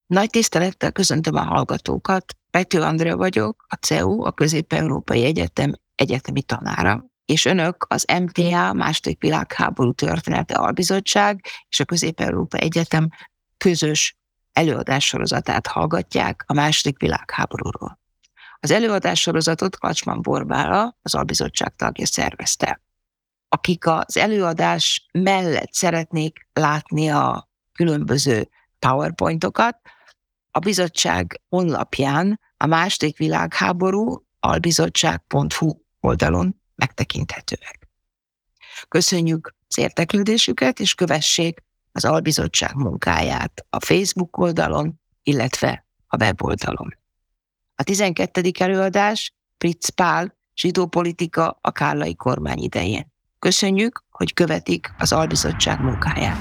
Nagy tisztelettel köszöntöm a hallgatókat. Pető Andrea vagyok, a CEU, a Közép-Európai Egyetem egyetemi tanára, és önök az MTA II. Világháború Története Albizottság és a Közép-Európai Egyetem közös előadássorozatát hallgatják a II. Világháborúról. Az előadássorozatot Kacsman Borbála, az albizottság tagja szervezte. Akik az előadás mellett szeretnék látni a különböző PowerPointokat, a bizottság honlapján a II. Világháború albizottság.hu oldalon megtekinthetőek. Köszönjük az érdeklődésüket, és kövessék az albizottság munkáját a Facebook oldalon, illetve a weboldalon. A 12. előadás Fritz Pál, zsidó politika a kállai kormány idején. Köszönjük, hogy követik az albizottság munkáját.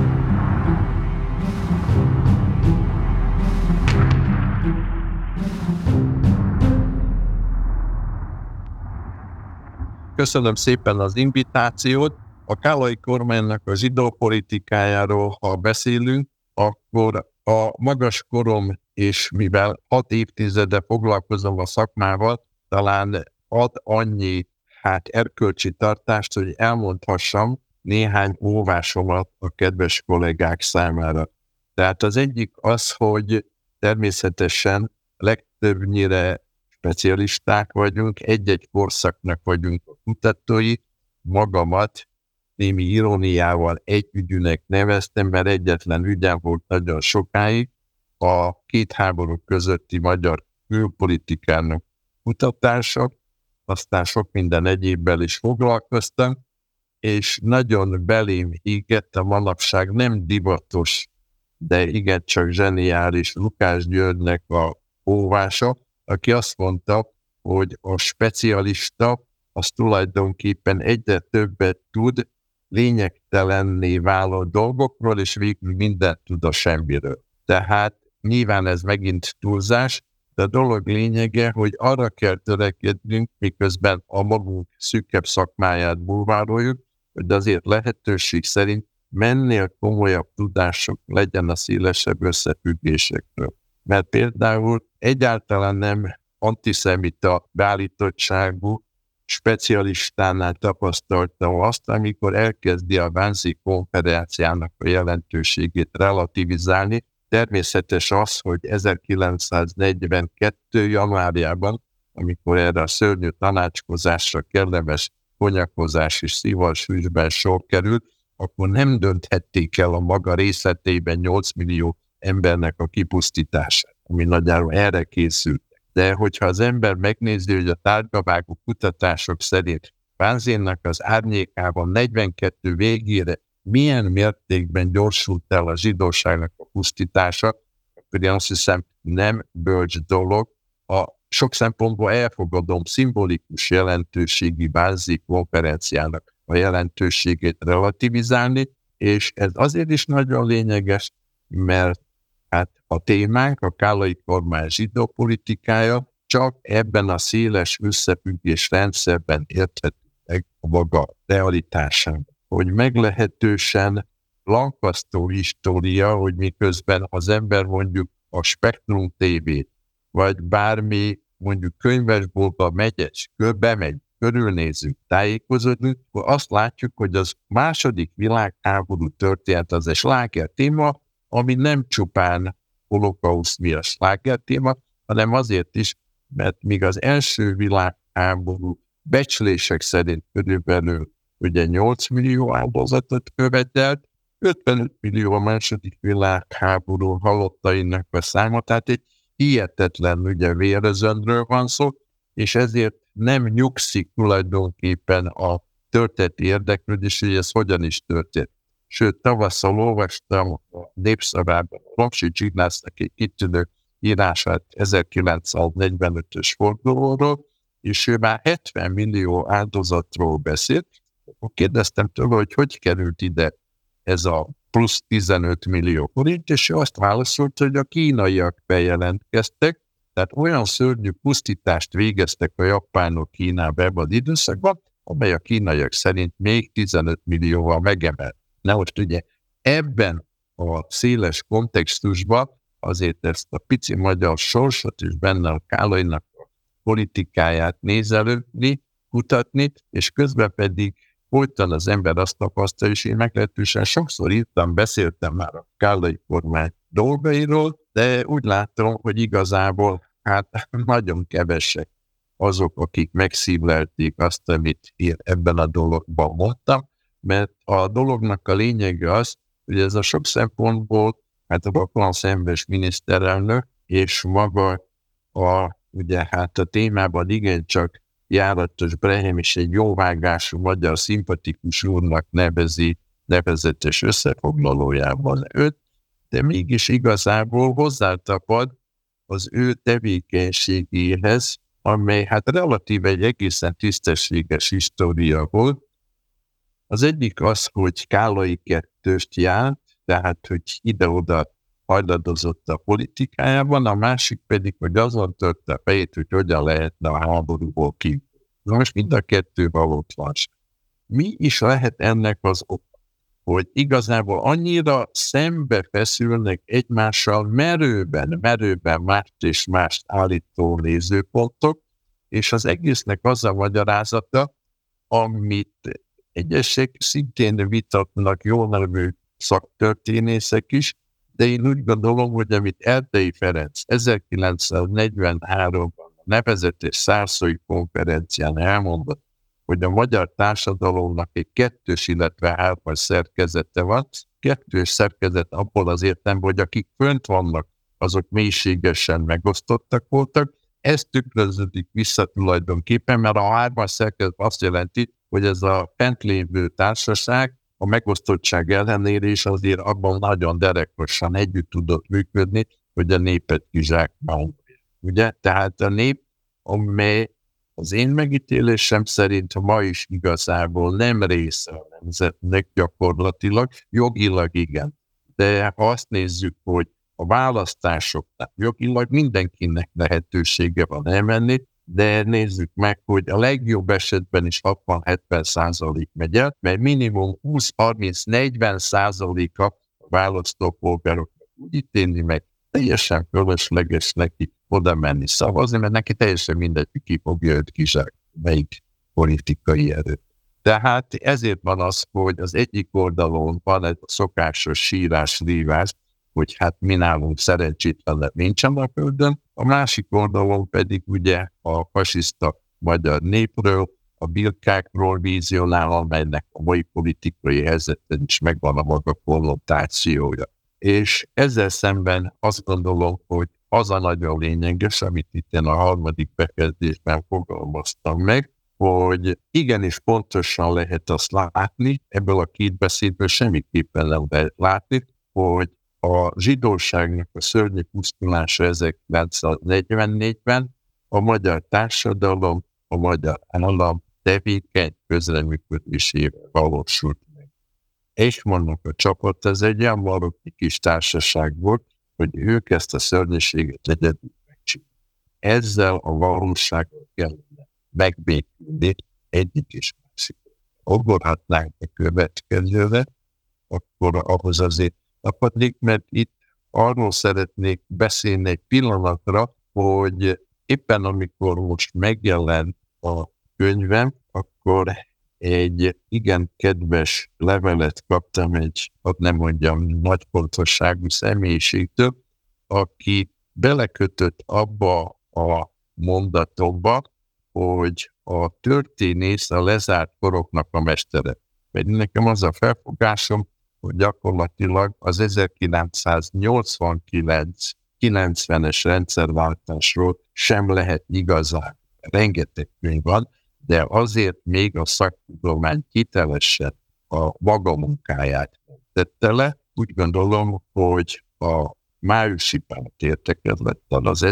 Köszönöm szépen az invitációt. A kállai kormánynak a zsidó politikájáról, ha beszélünk, akkor a magas korom, és mivel 6 évtizede foglalkozom a szakmával, talán ad annyi erkölcsi tartást, hogy elmondhassam néhány óvásomat a kedves kollégák számára. Tehát az egyik az, hogy természetesen legtöbbnyire specialisták vagyunk, egy-egy korszaknak vagyunk a kutatói, magamat némi iróniával együgyűnek neveztem, mert egyetlen ügyem volt nagyon sokáig, a két háború közötti magyar külpolitikának kutatása, aztán sok minden egyébbel is foglalkoztam, és nagyon belém égett a manapság nem divatos, de igencsak zseniális Lukács Györgynek a óvása, aki azt mondta, hogy a specialista az tulajdonképpen egyre többet tud lényegtelenné váló dolgokról, és végül mindent tud a semmiről. Tehát nyilván ez megint túlzás, de a dolog lényege, hogy arra kell törekednünk, miközben a magunk szűkebb szakmáját bulvároljuk, hogy azért lehetőség szerint mennél komolyabb tudások legyen a szélesebb összefüggésekről. Mert például egyáltalán nem antiszemita beállítottságú specialistánál tapasztaltam azt, amikor elkezdi a Wannsee konferenciának a jelentőségét relativizálni. Természetes az, hogy 1942. januárjában, amikor erre a szörnyű tanácskozásra kellemes konyakozás és szivarsűsben sor került, akkor nem dönthették el a maga részletében 8 millió embernek a kipusztítását, ami nagyjából erre készült. De hogyha az ember megnézi, hogy a tárgyavágó kutatások szerint Wannsee-nak az árnyékában 42 végére milyen mértékben gyorsult el a zsidóságnak a pusztítása, akkor én azt hiszem nem bölcs dolog. A sok szempontból elfogadom szimbolikus jelentőségi Wannsee konferenciának a jelentőségét relativizálni, és ez azért is nagyon lényeges, mert a témánk, a kállai kormány zsidó politikája csak ebben a széles összefüggés rendszerben érthető meg a maga realitásán. Hogy meglehetősen lankasztó história, hogy miközben az ember mondjuk a Spektrum TV-t, vagy bármi mondjuk könyvesboltba bemegy, körülnézzük, tájékozódunk, akkor azt látjuk, hogy az második világháború történet az egy sláger téma, ami nem csupán holokauszt miatt sláger téma, hanem azért is, mert míg az első világháború becslések szerint körülbelül ugye 8 millió áldozatot követelt, 55 millió a második világháború halottainak a száma, tehát egy hihetetlen ugye vérözöndről van szó, és ezért nem nyugszik tulajdonképpen a történeti érdeklődés, hogy ez hogyan is történt. Sőt, tavasszal olvastam a Népszavában Lomsics Ignácnak egy kitűnő írását 1945-ös fordulóról, és ő már 70 millió áldozatról beszélt. Akkor kérdeztem tőle, hogy került ide ez a plusz 15 millió forint, és ő azt válaszolt, hogy a kínaiak bejelentkeztek, tehát olyan szörnyű pusztítást végeztek a japánok Kínába ebben az időszakban, amely a kínaiak szerint még 15 millióval megemelt. Na most ugye ebben a széles kontextusban azért ezt a pici magyar sorsot és benne a Kállainak a politikáját nézelődni, kutatni, és közben pedig folyton az ember azt tapasztalja, és én meglehetősen sokszor írtam, beszéltem már a Kállai kormány dolgairól, de úgy látom, hogy igazából hát nagyon kevesek azok, akik megszívlelték azt, amit én ebben a dologban mondtam, mert a dolognak a lényege az, hogy ez a sok szempontból, hát a vakon szembes miniszterelnök és maga ugye hát a témában igencsak járatos Brehem is egy jóvágású magyar szimpatikus úrnak nevezi nevezetes összefoglalójában őt, de mégis igazából hozzátapad az ő tevékenységéhez, amely hát relatív egy egészen tisztességes história volt. Az egyik az, hogy Kállai kettőst járt, tehát hogy ide-oda hajladozott a politikájában, a másik pedig, hogy azon törte a fejét, hogy hogyan lehetne a háborúból ki. Most mind a kettő valótlanság. Mi is lehet ennek az oka? Hogy igazából annyira szembe feszülnek egymással merőben mást és mást állító nézőpontok, és az egésznek az a magyarázata, amit egyesek szintén vitatnak jól nevű szaktörténészek is, de én úgy gondolom, hogy amit Erdélyi Ferenc 1943-ban a nevezetes Szárszói konferencián elmondott, hogy a magyar társadalomnak egy kettős, illetve hármas szerkezete van. Kettős szerkezet abból az értelemben, hogy akik fönt vannak, azok mélységesen megosztottak voltak. Ez tükröződik vissza tulajdonképpen, mert a hármas szerkezet azt jelenti, hogy ez a fent lévő társaság a megosztottság ellenére is azért abban nagyon derekosan együtt tudott működni, hogy a népet kizsákmányolja. Ugye? Tehát a nép, amely az én megítélésem szerint ma is igazából nem része a nemzetnek gyakorlatilag, jogilag igen. De ha azt nézzük, hogy a választásoknak jogilag mindenkinek lehetősége van elmenni, de nézzük meg, hogy a legjobb esetben is 60-70% megy el, mert minimum 20-30-40%-a a választópolgároknak úgy ítéli meg, teljesen fölösleges neki oda menni szavazni, mert neki teljesen mindegy, ki fogja őt kizsák, melyik politikai erő. Tehát ezért van az, hogy az egyik oldalon van egy szokásos sírás-lívás, hogy hát mi nálunk szerencsétlenek nincsen a földön, a másik oldalon pedig ugye a fasiszta magyar népről, a birkákról vizionál, amelynek a mai politikai helyzetben is megvan a maga konnotációja. És ezzel szemben azt gondolom, hogy az a nagyon lényeges, amit itt én a harmadik bekezdésben fogalmaztam meg, hogy igenis pontosan lehet azt látni, ebből a két beszédből semmiképpen nem lehet látni, hogy a zsidóságnak a szörnyű pusztulása 1944-ben a magyar társadalom, a magyar állam tevékeny közreműködésével valósult meg. Eichmannnak a csapat, ez egy ilyen maroknyi kis társaság volt, hogy ők ezt a szörnyűséget egyedül megcsinálják. Ezzel a valósággal kellene megbékülni egyik és másik. Ugorhatnánk a következőre, akkor ahhoz azért tapadnék, mert itt arról szeretnék beszélni egy pillanatra, hogy éppen amikor most megjelent a könyvem, akkor egy igen kedves levelet kaptam egy, nem mondjam, nagy pontosságú személyiségtől, aki belekötött abba a mondatokba, hogy a történész a lezárt koroknak a mestere. Mert nekem az a felfogásom, hogy gyakorlatilag az 1989-90-es rendszerváltásról sem lehet igazán. Rengeteg könyv van, de azért még a szaktudomány hitelesen a maga munkáját tette le. Úgy gondolom, hogy a májusi pártértekezlettel, az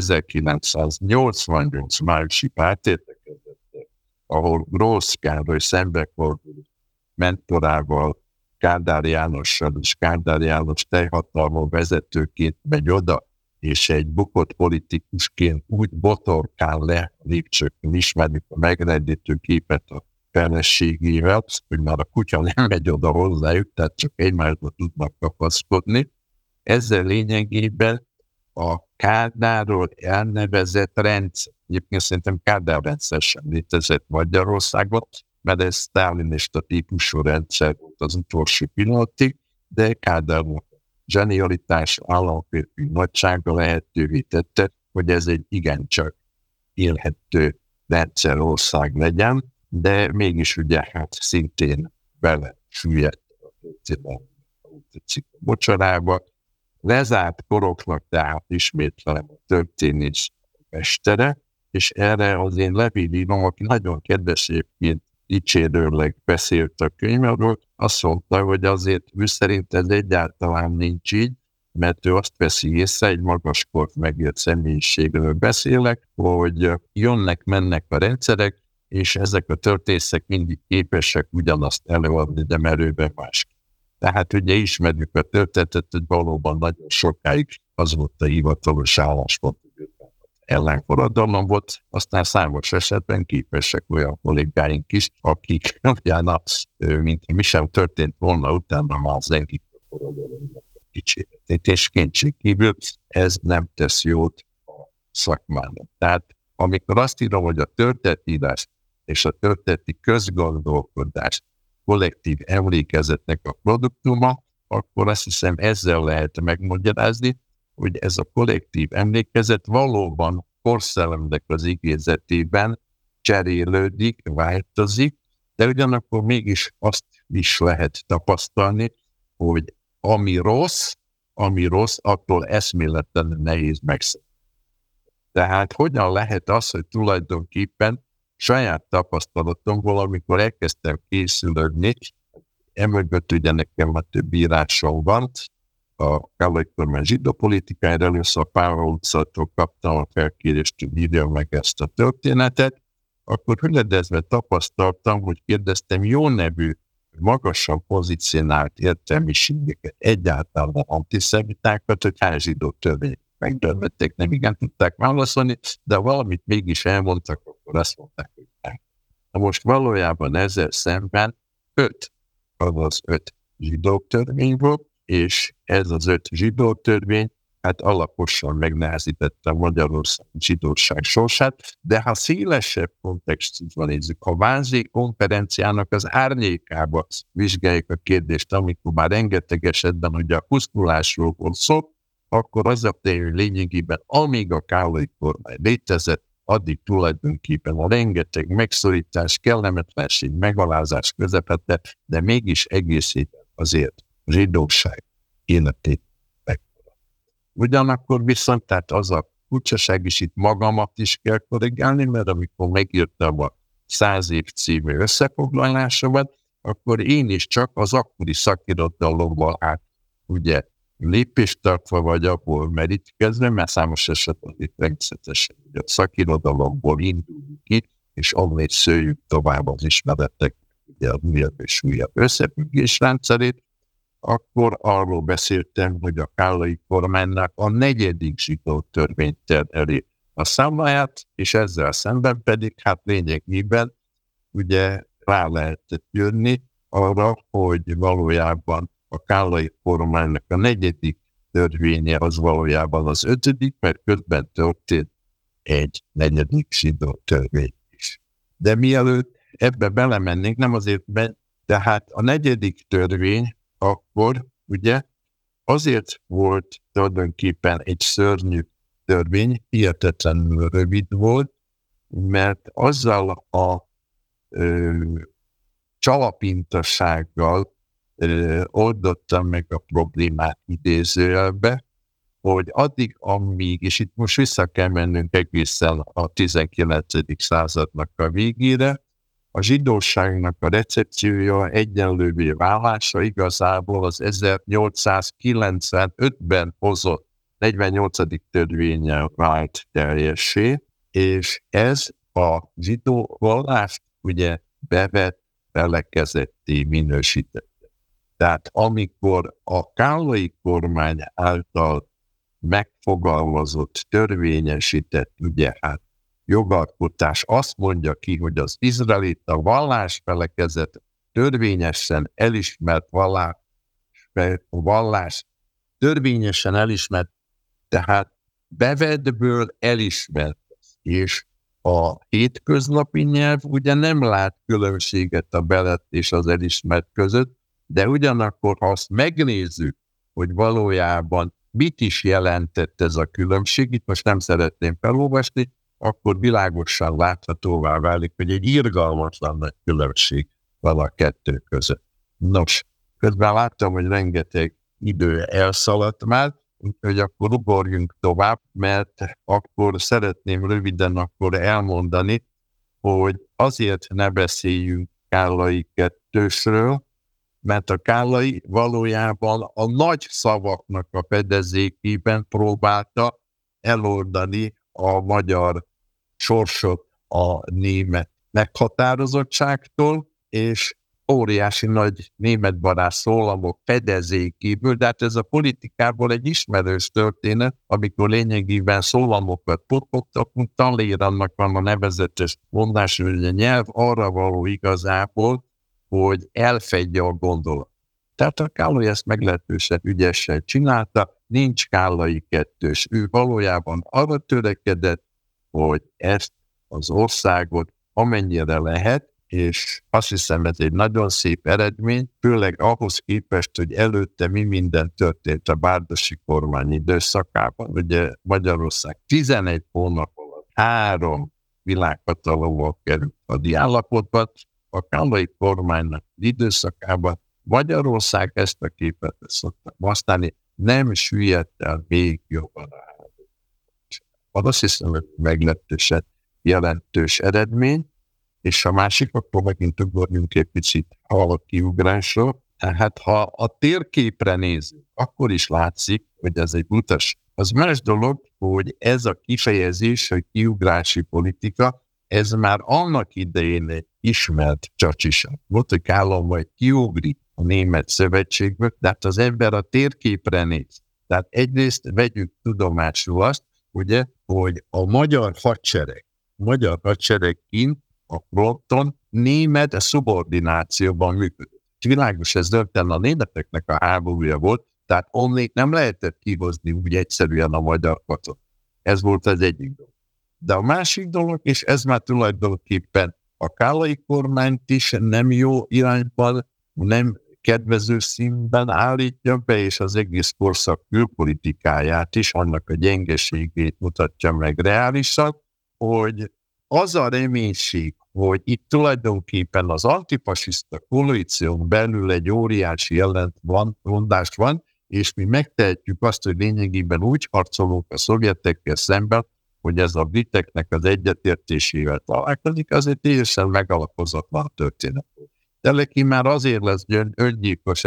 1988 májusi pártértekezlettel, ahol Grósz Károly szembefordult mentorával, Kádár Jánossal, és Kádár János teljhatalmú vezetőként megy oda, és egy bukott politikusként úgy botorkál le a lépcsőkön, ismerjük a megrendítő képet a feleségével, hogy már a kutya nem megy oda hozzájuk, tehát csak egymásba tudnak kapaszkodni. Ezzel lényegében a Kádárról elnevezett rendszer. Egyébként szerintem Kádár rendszer sem létezett Magyarországon, mert ez sztálinista típusú rendszer volt az utolsó pillanatig, de Kádárnak zsenialitás, államférfi nagysága lehetővé tette, hogy ez egy igencsak élhető rendszerország legyen, de mégis ugye hát szintén bele süllyedt a mocsarába. Lezárt koroknak tehát ismétlem a történés mestere, és erre az én Levi-írom, aki nagyon kedves évként dicsérőleg beszélt a könyvről, azt mondta, hogy azért ő szerint ez egyáltalán nincs így, mert ő azt veszi észre, egy magaskort megért személyiségről beszélek, hogy jönnek-mennek a rendszerek, és ezek a történészek mindig képesek ugyanazt előadni, de merőben másképp. Tehát ugye ismerjük a történetet, hogy valóban nagyon sokáig az volt a hivatalos álláspont, hogy ellenforradalom volt, aztán számos esetben képesek olyan kollégáink is, akik ugyan mint mi sem történt volna, utána már az egyik forradalomnak kicséretét, és kétségkívül ez nem tesz jót a szakmának. Tehát amikor azt írom, hogy a történetírás és a történeti közgondolkodás kollektív emlékezetnek a produktuma, akkor azt hiszem ezzel lehet megmagyarázni, hogy ez a kollektív emlékezet valóban korszellemnek az igézetében cserélődik, változik, de ugyanakkor mégis azt is lehet tapasztalni, hogy ami rossz, attól eszméletlenül nehéz megszokni. Tehát hogyan lehet az, hogy tulajdonképpen saját tapasztalatomból, amikor elkezdtem készülődni, emögött ugye nekem a több írásom van, a Kállai kormány zsidó politikájára, először a Pálma utcától kaptam a felkérést, hogy írjam meg ezt a történetet, akkor hüledezve tapasztaltam, hogy kérdeztem jó nevű, magasan pozícionált értelmiségeket, egyáltalán antiszemitákat, hogy hány zsidó törvény megdörvették, nem igen tudták válaszolni, de valamit mégis elmondtak, akkor azt mondták, hogy nem. Na most valójában ezzel szemben 5 zsidó törvény volt, és ez az 5 zsidó törvény, hát alaposan megnehezítette Magyarország zsidóság sorsát, de ha szélesebb kontextusban nézzük, ha Vázé konferenciának az árnyékába vizsgáljuk a kérdést, amikor már rengeteg esetben ugye a pusztulásról volt szó, akkor az a tény, hogy lényegében amíg a Kállai kormány létezett, addig tulajdonképpen a rengeteg megszorítás, kellemetlenség, megalázás közepette, de mégis egészében azért zsidóság életét megmaradt. Ugyanakkor viszont, tehát az a furcsaság is, itt magamat is kell korrigálni, mert amikor megírtam a 100 év című összefoglalásomat, akkor én is csak az akkori szakirodalommal ugye lépést tartva vagy abból merítkezve, mert számos esetben itt rendszeresen a szakirodalomból indulunk ki, és annét szőjük tovább az ismeretek, ugye a újabb és újabb összefüggés rendszerét, akkor arról beszéltem, hogy a Kállai kormánynak a 4. zsidó törvényt terheli a számláját, és ezzel szemben pedig hát lényegében ugye rá lehetett jönni arra, hogy valójában a Kállai kormánynak a 4. törvénye az valójában az 5., mert közben történt egy 4. zsidó törvény is. De mielőtt ebbe belemennénk, nem azért, tehát a 4. törvény akkor ugye azért volt tulajdonképpen egy szörnyű törvény, hihetetlenül rövid volt, mert azzal a csalapintasággal oldottam meg a problémát idézőjelbe, hogy addig, amíg, és itt most vissza kell mennünk egészen a 19. századnak a végére, a zsidóságnak a recepciója, egyenlővé válása igazából az 1895-ben hozott 48. törvénnyel vált teljessé, és ez a zsidó vallást ugye belekezetté minősítette. Tehát amikor a Kállai kormány által megfogalmazott, törvényesített, ugye hát jogalkotás azt mondja ki, hogy az izraelita vallásfelekezet törvényesen elismert vallás, törvényesen elismert, tehát bevettből elismert. És a hétköznapi nyelv ugye nem lát különbséget a bevett és az elismert között, de ugyanakkor, ha azt megnézzük, hogy valójában mit is jelentett ez a különbség, itt most nem szeretném felolvasni, akkor világosan láthatóvá válik, hogy egy irgalmatlan nagy különbség van a kettő között. Nos, közben láttam, hogy rengeteg idő elszaladt már, úgyhogy akkor ugorjunk tovább, mert akkor szeretném röviden akkor elmondani, hogy azért ne beszéljünk Kállai kettősről, mert a Kállai valójában a nagy szavaknak a fedezékében próbálta eloldani a magyar sorsot a német meghatározottságtól, és óriási nagy németbarát szólamok fedezékéből, de hát ez a politikából egy ismerős történet, amikor lényegében szólamokat potottak, Talleyrandnak van a nevezetes mondás, hogy a nyelv arra való igazából, hogy elfedje a gondolat. Tehát a Kállai ezt meglehetősen ügyesen csinálta, nincs Kállai kettős. Ő valójában arra törekedett, hogy ezt az országot amennyire lehet, és azt hiszem, ez egy nagyon szép eredmény, főleg ahhoz képest, hogy előtte mi minden történt a Bárdossy kormány időszakában. Ugye Magyarország 11 hónap alatt 3 világhatalommal került a állapotban, a Kállai kormánynak időszakában Magyarország ezt a képet szokta használni, nem süllyedt el még jobban a háború. Azt hiszem, hogy meglehetősen jelentős eredmény, és a másik, akkor megint ugorjunk egy picit a kiugrásra. Tehát ha a térképre nézzük, akkor is látszik, hogy ez egy utas. Az más dolog, hogy ez a kifejezés, hogy kiugrási politika, ez már annak idején egy ismert csacsiság. Volt, hogy állam majd kiugrik a német szövetségből, de hát az ember a térképre néz. Tehát egyrészt vegyük tudomásul azt, ugye, hogy a magyar hadsereg kint a fronton német szubordinációban működött. Világos, ez rögtön a németeknek a háborúja volt, tehát onnét nem lehetett kihozni úgy egyszerűen a magyar katot. Ez volt az egyik dolog. De a másik dolog, és ez már tulajdonképpen a Kállai kormányt is nem jó irányban, nem kedvező színben állítja be, és az egész korszak külpolitikáját is, annak a gyengeségét mutatja meg reálisan, hogy az a reménység, hogy itt tulajdonképpen az antifasiszta koalíción belül egy óriási ellentmondás van, és mi megtehetjük azt, hogy lényegében úgy harcolunk a szovjetekkel szemben, hogy ez a briteknek az egyetértésével találkozik, azért teljesen megalapozatlan történet. Teleki már azért lesz öngyilkos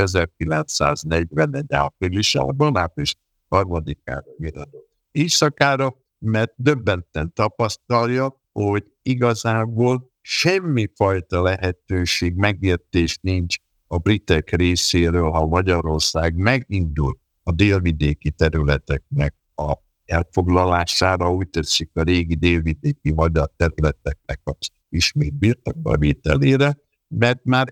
1940, de áprilisában, április 3-ára viradott éjszakára, mert döbbenten tapasztalja, hogy igazából semmifajta lehetőség, megértés nincs a britek részéről, ha Magyarország megindul a délvidéki területeknek a elfoglalására, úgy tetszik a régi délvidéki magyar területeknek az ismét birtokba vételére, mert már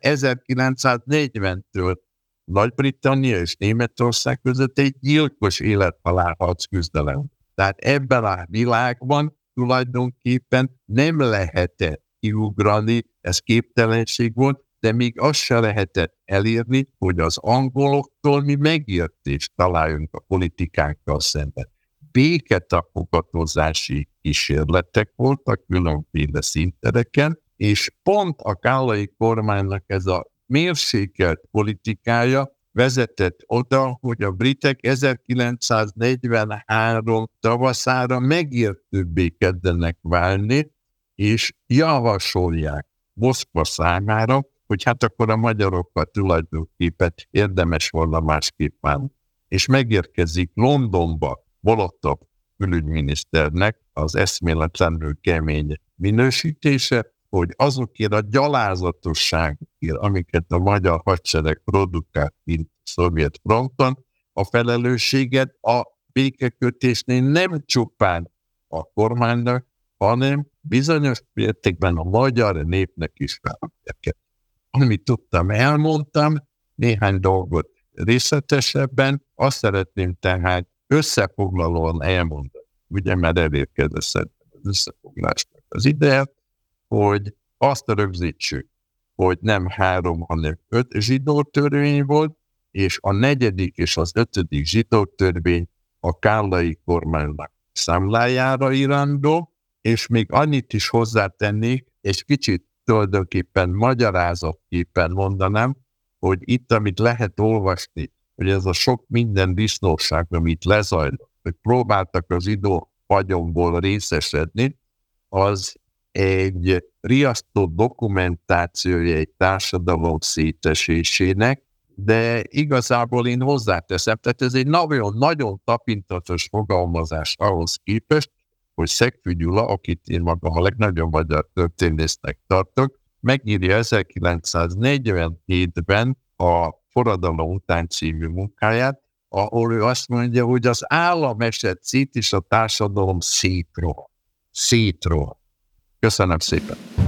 1940-től Nagy-Britannia és Németország között egy gyilkos élethalálharc küzdelem. Tehát ebben a világban tulajdonképpen nem lehetett kiugrani, ez képtelenség volt, de még azt se lehetett elérni, hogy az angoloktól mi megértést találjunk a politikánkkal szemben. Béketapogatózási kísérletek voltak különféle színtereken, és pont a Kállai kormánynak ez a mérsékelt politikája vezetett oda, hogy a britek 1943 tavaszára megértőbbé kezdenek válni, és javasolják Moszkva számára, hogy hát akkor a magyarokkal tulajdonképpen érdemes volna másképp válni. És megérkezik Londonba Molotov külügyminiszternek az eszméletlenül kemény minősítése, hogy azokért a gyalázatosságért, amiket a magyar hadsereg produkált mint szovjet fronton, a felelősséget a békekötésnél nem csupán a kormánynak, hanem bizonyos mértékben a magyar népnek is felelősséget. Amit tudtam, elmondtam, néhány dolgot részletesebben, azt szeretném tehát összefoglalóan elmondani, ugye már elérkezett szerintem az összefoglásnak az ideje, hogy azt rögzítsük, hogy nem 3, hanem 5 zsidó törvény volt, és a 4. és az 5. zsidó törvény a kállai kormánynak számlájára irandó, és még annyit is hozzátennék, és kicsit tulajdonképpen magyarázatképpen mondanám, hogy itt, amit lehet olvasni, hogy ez a sok minden disznóság, amit lezajlott, hogy próbáltak az zsidó vagyonból részesedni, az egy riasztó dokumentációja egy társadalom szétesésének, de igazából én hozzáteszem, tehát ez egy nagyon tapintatos fogalmazás ahhoz képest, hogy Szegfű Gyula, akit én magam a legnagyobb magyar történésznek tartok, megírja 1947-ben a Forradalom után című munkáját, ahol ő azt mondja, hogy az állam esett szét, és a társadalom szétrohan. Köszönöm szépen!